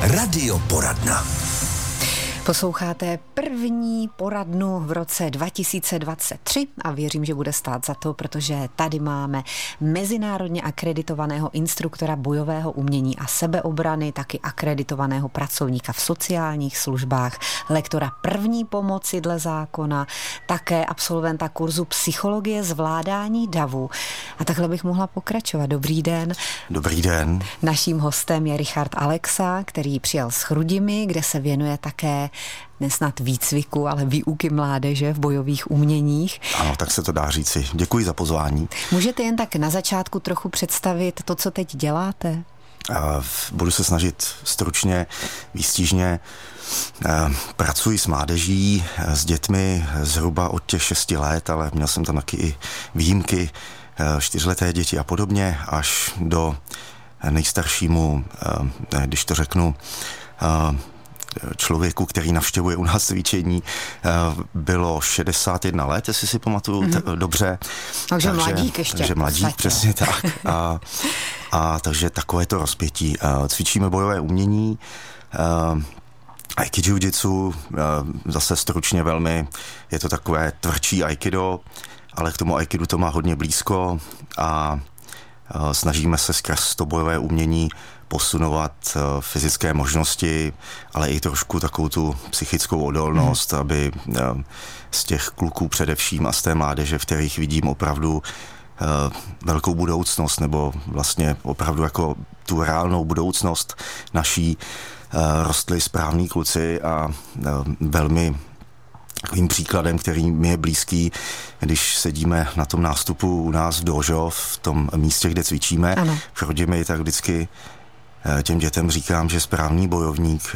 Radioporadna. Posloucháte první poradnu v roce 2023 a věřím, že bude stát za to, protože tady máme mezinárodně akreditovaného instruktora bojového umění a sebeobrany, taky akreditovaného pracovníka v sociálních službách, lektora první pomoci dle zákona, také absolventa kurzu psychologie zvládání davu. A takhle bych mohla pokračovat. Dobrý den. Dobrý den. Naším hostem je Richard Alexa, který přijel z Chrudimi, kde se věnuje také nesnad výcviku, ale výuky mládeže v bojových uměních. Ano, tak se to dá říci. Děkuji za pozvání. Můžete jen tak na začátku trochu představit to, co teď děláte? Budu se snažit stručně, výstižně. Pracuji s mládeží, s dětmi zhruba od těch 6 let, ale měl jsem tam taky i výjimky, 4leté děti a podobně, až do nejstaršímu, když to řeknu, člověku, který navštěvuje u nás cvičení, bylo 61 let, jestli si pamatuju dobře. Takže mladík ještě. Takže mladík, přesně tak. A takže takové to rozpětí. Cvičíme bojové umění, aikido jiu-jitsu, zase stručně velmi, je to takové tvrdší aikido, ale k tomu aikidu to má hodně blízko a snažíme se skrz to bojové umění posunovat fyzické možnosti, ale i trošku takovou tu psychickou odolnost, aby z těch kluků především a z té mládeže, v kterých vidím opravdu velkou budoucnost, nebo vlastně opravdu jako tu reálnou budoucnost naší, rostli správní kluci a velmi takovým příkladem, který mi je blízký, když sedíme na tom nástupu u nás v dojo, v tom místě, kde cvičíme, v Chrudimi, tak vždycky těm dětem říkám, že správný bojovník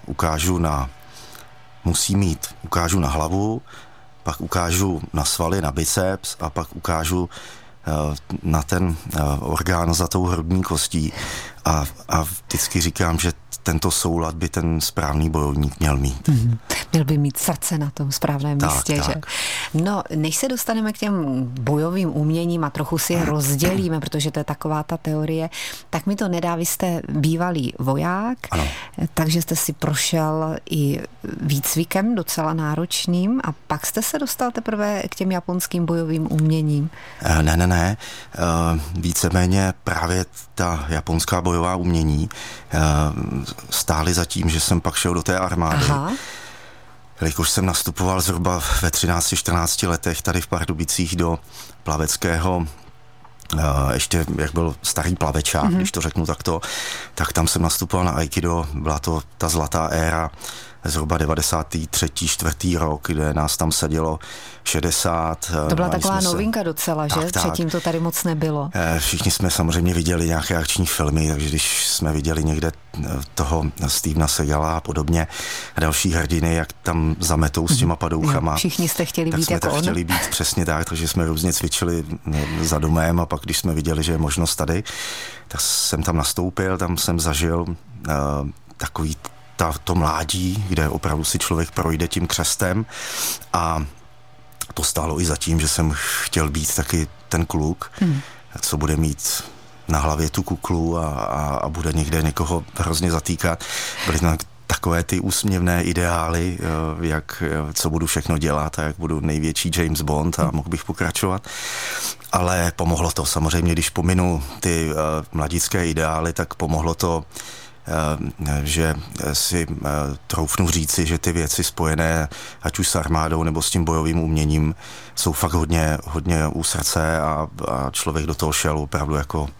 ukážu na hlavu, pak ukážu na svaly, na biceps a pak ukážu na ten orgán za tou hrudní kostí a vždycky říkám, že tento soulad by ten správný bojovník měl mít. Měl by mít srdce na tom správném místě, tak. Že? No, než se dostaneme k těm bojovým uměním a trochu si je rozdělíme, protože to je taková ta teorie, tak mi to nedá, vy jste bývalý voják, ano. Takže jste si prošel i výcvikem docela náročným a pak jste se dostal teprve k těm japonským bojovým uměním. Ne. Víceméně právě ta japonská bojová umění stály za tím, že jsem pak šel do té armády. Aha. Jelikož jsem nastupoval zhruba ve 13-14 letech tady v Pardubicích do plaveckého, ještě jak byl starý plavečák, když to řeknu takto, tak tam jsem nastupoval na aikido, byla to ta zlatá éra, zhruba 93. 4. rok, kde nás tam sedělo 60. To byla taková novinka docela, že? Tak. Předtím to tady moc nebylo. Všichni jsme samozřejmě viděli nějaké akční filmy, takže když jsme viděli někde toho Stevena Segala a podobně a další hrdiny, jak tam zametou s těma padouchama. Všichni jste chtěli být jako on. Chtěli být přesně tak, takže jsme různě cvičili za domem a pak, když jsme viděli, že je možnost tady, tak jsem tam nastoupil, tam jsem zažil takový to mládí, kde opravdu si člověk projde tím křestem a to stálo i za tím, že jsem chtěl být taky ten kluk, co bude mít na hlavě tu kuklu a bude někde někoho hrozně zatýkat. Byly tam takové ty úsměvné ideály, co budu všechno dělat a jak budu největší James Bond a mohl bych pokračovat. Ale pomohlo to samozřejmě, když pominu ty mladícké ideály, tak pomohlo to, že si troufnu říci, že ty věci spojené ať už s armádou nebo s tím bojovým uměním jsou fakt hodně u srdce a člověk do toho šel opravdu jako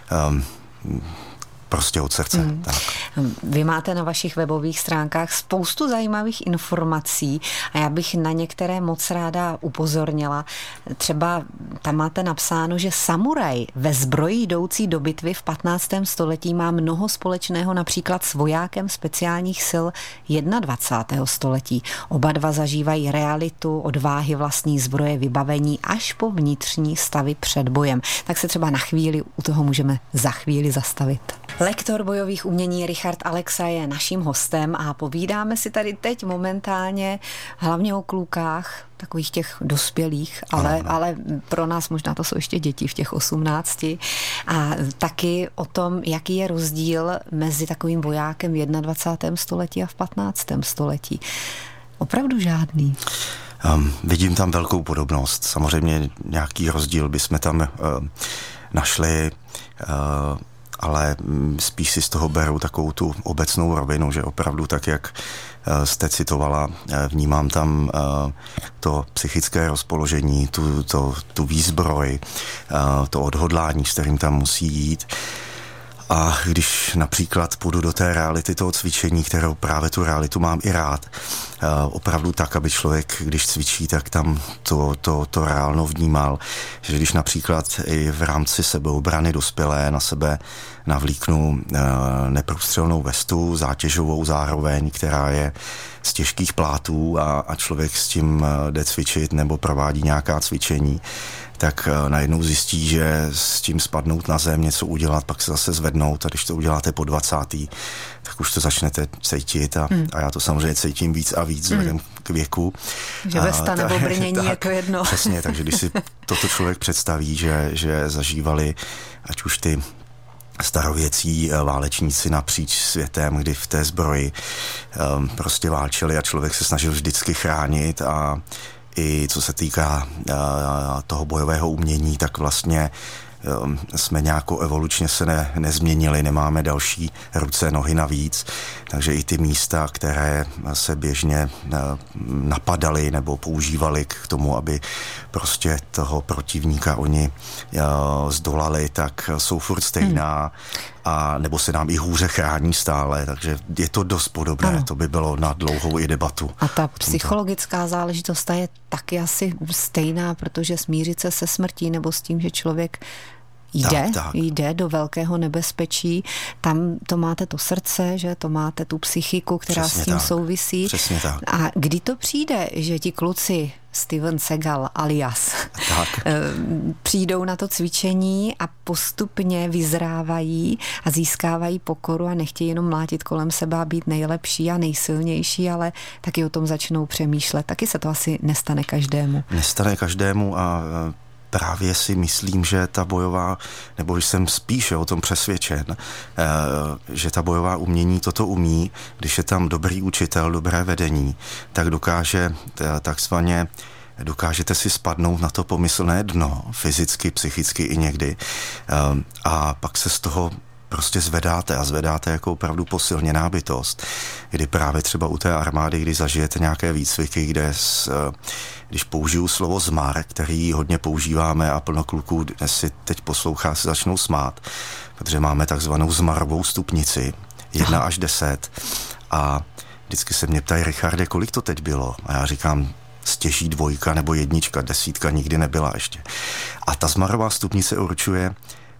prostě od srdce. Tak. Vy máte na vašich webových stránkách spoustu zajímavých informací a já bych na některé moc ráda upozornila. Třeba tam máte napsáno, že samuraj ve zbroji jdoucí do bitvy v 15. století má mnoho společného například s vojákem speciálních sil 21. století. Oba dva zažívají realitu, odváhy vlastní zbroje, vybavení až po vnitřní stavy před bojem. Tak se třeba na chvíli u toho můžeme za chvíli zastavit. Lektor bojových umění Richard Richard Alexa je naším hostem a povídáme si tady teď momentálně hlavně o klukách, takových těch dospělých, ale pro nás možná to jsou ještě děti v těch 18. A taky o tom, jaký je rozdíl mezi takovým vojákem v 21. století a v 15. století. Opravdu žádný. Vidím tam velkou podobnost. Samozřejmě nějaký rozdíl bychom tam našli, ale spíš si z toho beru takovou tu obecnou rovinu, že opravdu tak, jak jste citovala, vnímám tam to psychické rozpoložení, tu výzbroj, to odhodlání, s kterým tam musí jít. A když například půjdu do té reality toho cvičení, kterou právě tu realitu mám i rád, opravdu tak, aby člověk, když cvičí, tak tam to reálno vnímal, že když například i v rámci sebeobrany dospělé na sebe navlíknu neprůstřelnou vestu, zátěžovou zároveň, která je z těžkých plátů a člověk s tím jde cvičit nebo provádí nějaká cvičení, tak najednou zjistí, že s tím spadnout na zem, něco udělat, pak se zase zvednout a když to uděláte po 20., tak už to začnete cítit a já to samozřejmě cítím víc a víc vzhledem k věku. Že vesta nebo brnění je to jedno. Přesně, takže když si toto člověk představí, že zažívali ať už ty starověcí válečníci napříč světem, kdy v té zbroji prostě válčili a člověk se snažil vždycky chránit a i co se týká toho bojového umění, tak vlastně jsme nějakou evolučně se nezměnili, nemáme další ruce, nohy navíc, takže i ty místa, které se běžně napadaly nebo používali k tomu, aby prostě toho protivníka oni zdolali, tak jsou furt stejná a nebo se nám i hůře chrání stále, takže je to dost podobné, to by bylo na dlouhou i debatu. A ta psychologická záležitost ta je taky asi stejná, protože smířit se se smrtí nebo s tím, že člověk jde do velkého nebezpečí, tam to máte to srdce, že to máte tu psychiku, která přesně s tím souvisí. Přesně tak. A kdy to přijde, že ti kluci Steven Seagal alias přijdou na to cvičení a postupně vyzrávají a získávají pokoru a nechtějí jenom mlátit kolem sebe a být nejlepší a nejsilnější, ale taky o tom začnou přemýšlet. Taky se to asi nestane každému. Nestane každému a právě si myslím, že ta bojová, nebo jsem spíše o tom přesvědčen, že ta bojová umění toto umí, když je tam dobrý učitel, dobré vedení, tak dokáže takzvaně dokážete si spadnout na to pomyslné dno, fyzicky, psychicky i někdy. A pak se z toho prostě zvedáte jako opravdu posilněná bytost, kdy právě třeba u té armády, kdy zažijete nějaké výcviky, kde když použiju slovo zmar, který hodně používáme a plno kluků dnes si teď poslouchá, se začnou smát, protože máme takzvanou zmarovou stupnici, 1 až 10 a vždycky se mě ptají, Richarde, kolik to teď bylo? A já říkám, stěží 2 nebo 1, 10 nikdy nebyla ještě. A ta zmarová stupnice určuje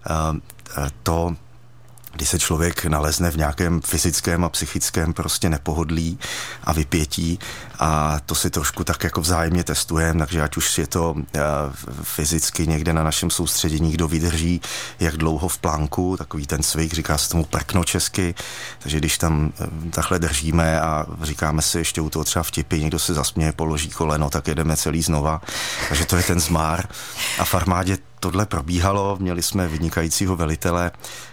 to, kdy se člověk nalezne v nějakém fyzickém a psychickém prostě nepohodlí a vypětí a to si trošku tak jako vzájemně testujeme, takže ať už je to fyzicky někde na našem soustředění, kdo vydrží jak dlouho v plánku, takový ten cvik, říká se tomu prkno česky, takže když tam takhle držíme a říkáme si ještě u toho třeba vtipy, někdo se zasměje, položí koleno, tak jedeme celý znova, takže to je ten zmár a v armádě tohle probíhalo, měli jsme vynikajícího velitele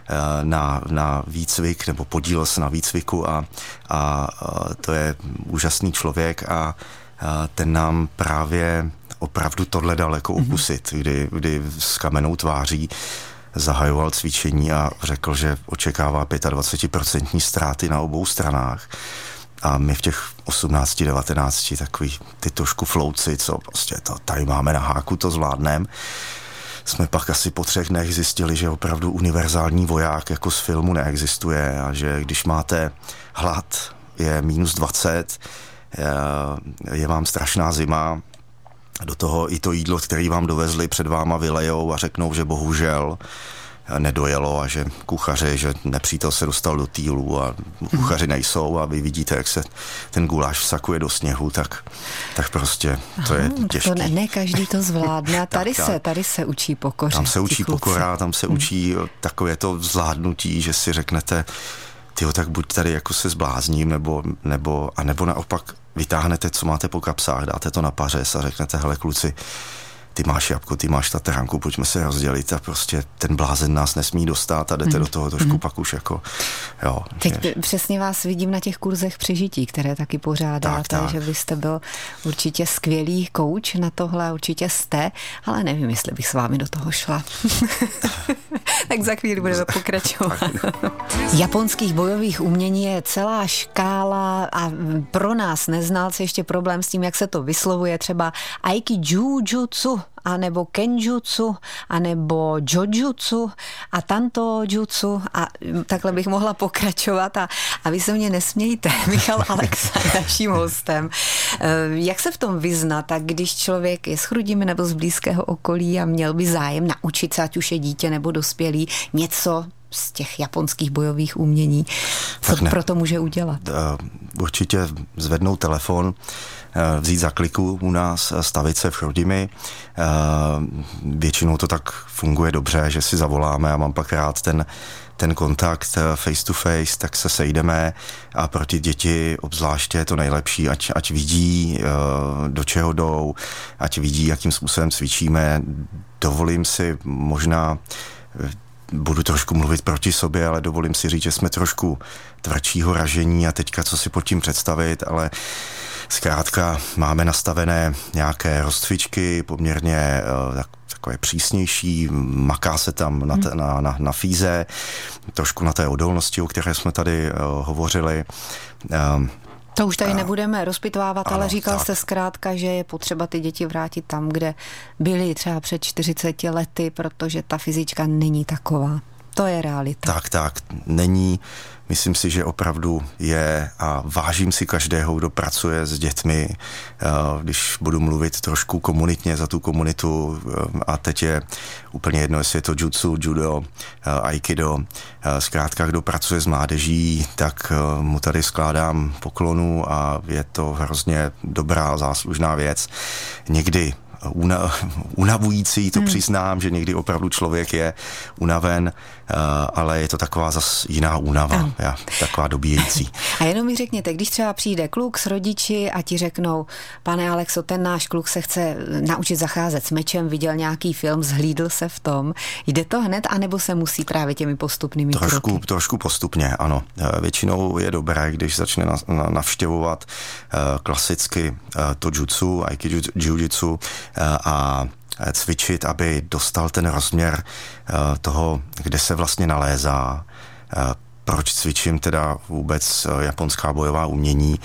na výcvik, nebo podílel se na výcviku a to je úžasný člověk a ten nám právě opravdu tohle dal jako okusit, kdy s kamennou tváří zahajoval cvičení a řekl, že očekává 25% ztráty na obou stranách. A my v těch 18, 19 takový ty trošku flouci, co prostě to tady máme na háku, to zvládneme. Jsme pak asi po 3 dnech zjistili, že opravdu univerzální voják jako z filmu neexistuje a že když máte hlad, je -20, je vám strašná zima, do toho i to jídlo, které vám dovezli, před váma vylejou a řeknou, že bohužel nedojelo a že kuchaři, že nepřítel se dostal do týlu a kuchaři nejsou a vy vidíte, jak se ten guláš vsakuje do sněhu, tak prostě to je těžké. To ne každý to zvládne a tady se učí pokoře. Tam se učí pokora, tam se učí takové to zvládnutí, že si řeknete, tyjo, tak buď tady jako se zblázním, nebo naopak vytáhnete, co máte po kapsách, dáte to na pařez a řeknete, hele kluci, ty máš jabko, ty máš tateránku, pojďme se rozdělit a prostě ten blázen nás nesmí dostat a jdete do toho trošku pak už jako, jo. Teď přesně vás vidím na těch kurzech přežití, které taky pořádáte, tak. Že byste byl určitě skvělý kouč na tohle, určitě jste, ale nevím, jestli bych s vámi do toho šla. Tak za chvíli budeme pokračovat. Japonských bojových umění je celá škála a pro nás neznalci ještě problém s tím, jak se to vyslovuje, třeba aikijujutsu, anebo kenjutsu, anebo jojutsu a tanto jutsu a takhle bych mohla pokračovat a vy se mě nesmějte. Michal Alexa je naším hostem. Jak se v tom vyznat, tak když člověk je s Chrudimi nebo z blízkého okolí a měl by zájem naučit se, ať už je dítě nebo dospělý, něco z těch japonských bojových umění, co pro to může udělat? Určitě zvednout telefon, vzít za kliku u nás, stavit se v Chrudimi. Většinou to tak funguje dobře, že si zavoláme a mám pak rád ten kontakt face to face, tak se sejdeme a pro ty děti obzvláště je to nejlepší, ať vidí, do čeho jdou, ať vidí, jakým způsobem cvičíme. Dovolím si možná, budu trošku mluvit proti sobě, ale dovolím si říct, že jsme trošku tvrdšího ražení a teďka co si pod tím představit, ale zkrátka máme nastavené nějaké rozcvičky, poměrně takové přísnější, maká se tam na fíze, trošku na té odolnosti, o které jsme tady hovořili. To už tady nebudeme rozpitvávat, ale říkal jste zkrátka, že je potřeba ty děti vrátit tam, kde byly třeba před 40 lety, protože ta fyzička není taková. To je realita. Tak, není. Myslím si, že opravdu je a vážím si každého, kdo pracuje s dětmi, když budu mluvit trošku komunitně za tu komunitu a teď je úplně jedno, jestli je to jutsu, judo, aikido, zkrátka, kdo pracuje s mládeží, tak mu tady skládám poklonu a je to hrozně dobrá, záslužná věc. Někdy unavující, to přiznám, že někdy opravdu člověk je unaven, ale je to taková zas jiná únava, taková dobíjející. A jenom mi řekněte, když třeba přijde kluk s rodiči a ti řeknou, pane Alexo, ten náš kluk se chce naučit zacházet s mečem, viděl nějaký film, zhlídl se v tom, jde to hned, anebo se musí právě těmi postupnými kroky? Trošku postupně, ano. Většinou je dobré, když začne navštěvovat klasicky to jutsu, aikijujutsu a cvičit, aby dostal ten rozměr toho, kde se vlastně nalézá, proč cvičím teda vůbec japonská bojová umění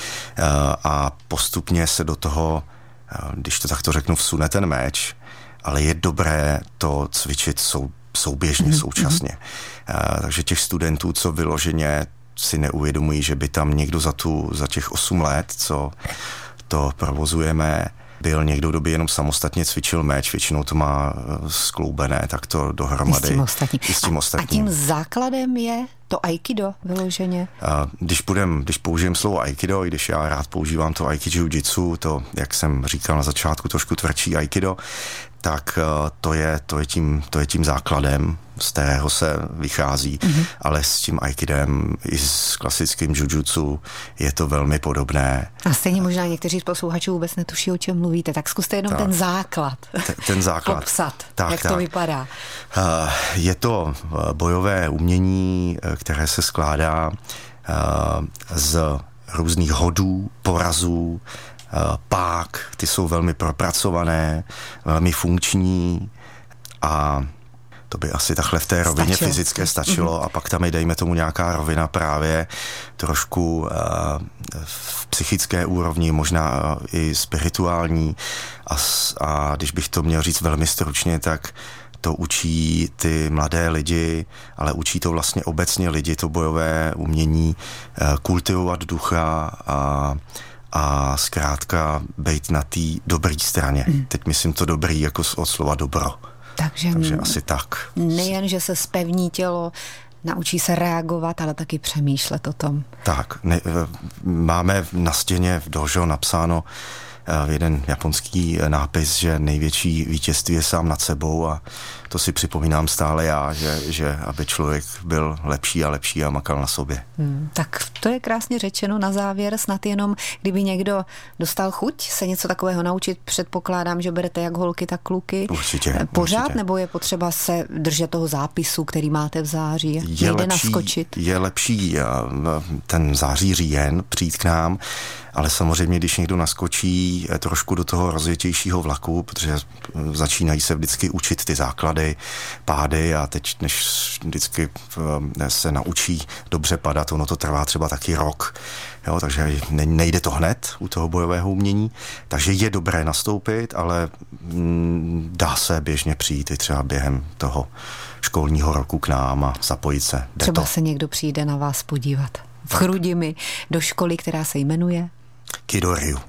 a postupně se do toho, když to takto řeknu, vsune ten meč, ale je dobré to cvičit souběžně, současně. Takže těch studentů, co vyloženě si neuvědomují, že by tam někdo za těch 8 let, co to provozujeme, byl někdo, kdo by jenom samostatně cvičil meč, většinou to má skloubené, tak to dohromady. I s tím ostatním. A tím základem je to aikido vyloženě? Když použijem slovo aikido, i když já rád používám to aikijujutsu, to, jak jsem říkal na začátku, trošku tvrdší aikido, tak to je tím základem, z kterého se vychází, ale s tím aikidem i s klasickým jujutsu je to velmi podobné. A stejně možná někteří z posluchačů vůbec netuší, o čem mluvíte, tak zkuste jenom ten základ. Ten základ. Popsat, jak to vypadá. Je to bojové umění, které se skládá z různých hodů, porazů, pák, ty jsou velmi propracované, velmi funkční a to by asi takhle v té rovině fyzické stačilo a pak tam je, dejme tomu, nějaká rovina právě trošku v psychické úrovni, možná i spirituální a když bych to měl říct velmi stručně, tak to učí ty mladé lidi, ale učí to vlastně obecně lidi, to bojové umění, kultivovat ducha a zkrátka být na té dobré straně. Teď myslím to dobrý jako od slova dobro. Takže asi tak. Nejen, že se zpevní tělo, naučí se reagovat, ale taky přemýšlet o tom. Tak, máme na stěně v dojo napsáno jeden japonský nápis, že největší vítězství je sám nad sebou, a to si připomínám stále já, že aby člověk byl lepší a lepší a makal na sobě. Tak to je krásně řečeno na závěr, snad jenom, kdyby někdo dostal chuť se něco takového naučit, předpokládám, že berete jak holky, tak kluky. Určitě. Pořád, určitě. Nebo je potřeba se držet toho zápisu, který máte v září? Nejde naskočit? Je lepší ten září, říjen přijít k nám, ale samozřejmě, když někdo naskočí trošku do toho rozjetějšího vlaku, protože začínají se vždycky učit ty základy, pády, a teď, než vždycky se naučí dobře padat, ono to trvá třeba taky rok, jo, takže nejde to hned u toho bojového umění, takže je dobré nastoupit, ale dá se běžně přijít i třeba během toho školního roku k nám a zapojit se. Třeba se někdo přijde na vás podívat v Chrudimi do školy, která se jmenuje Kido Ryu.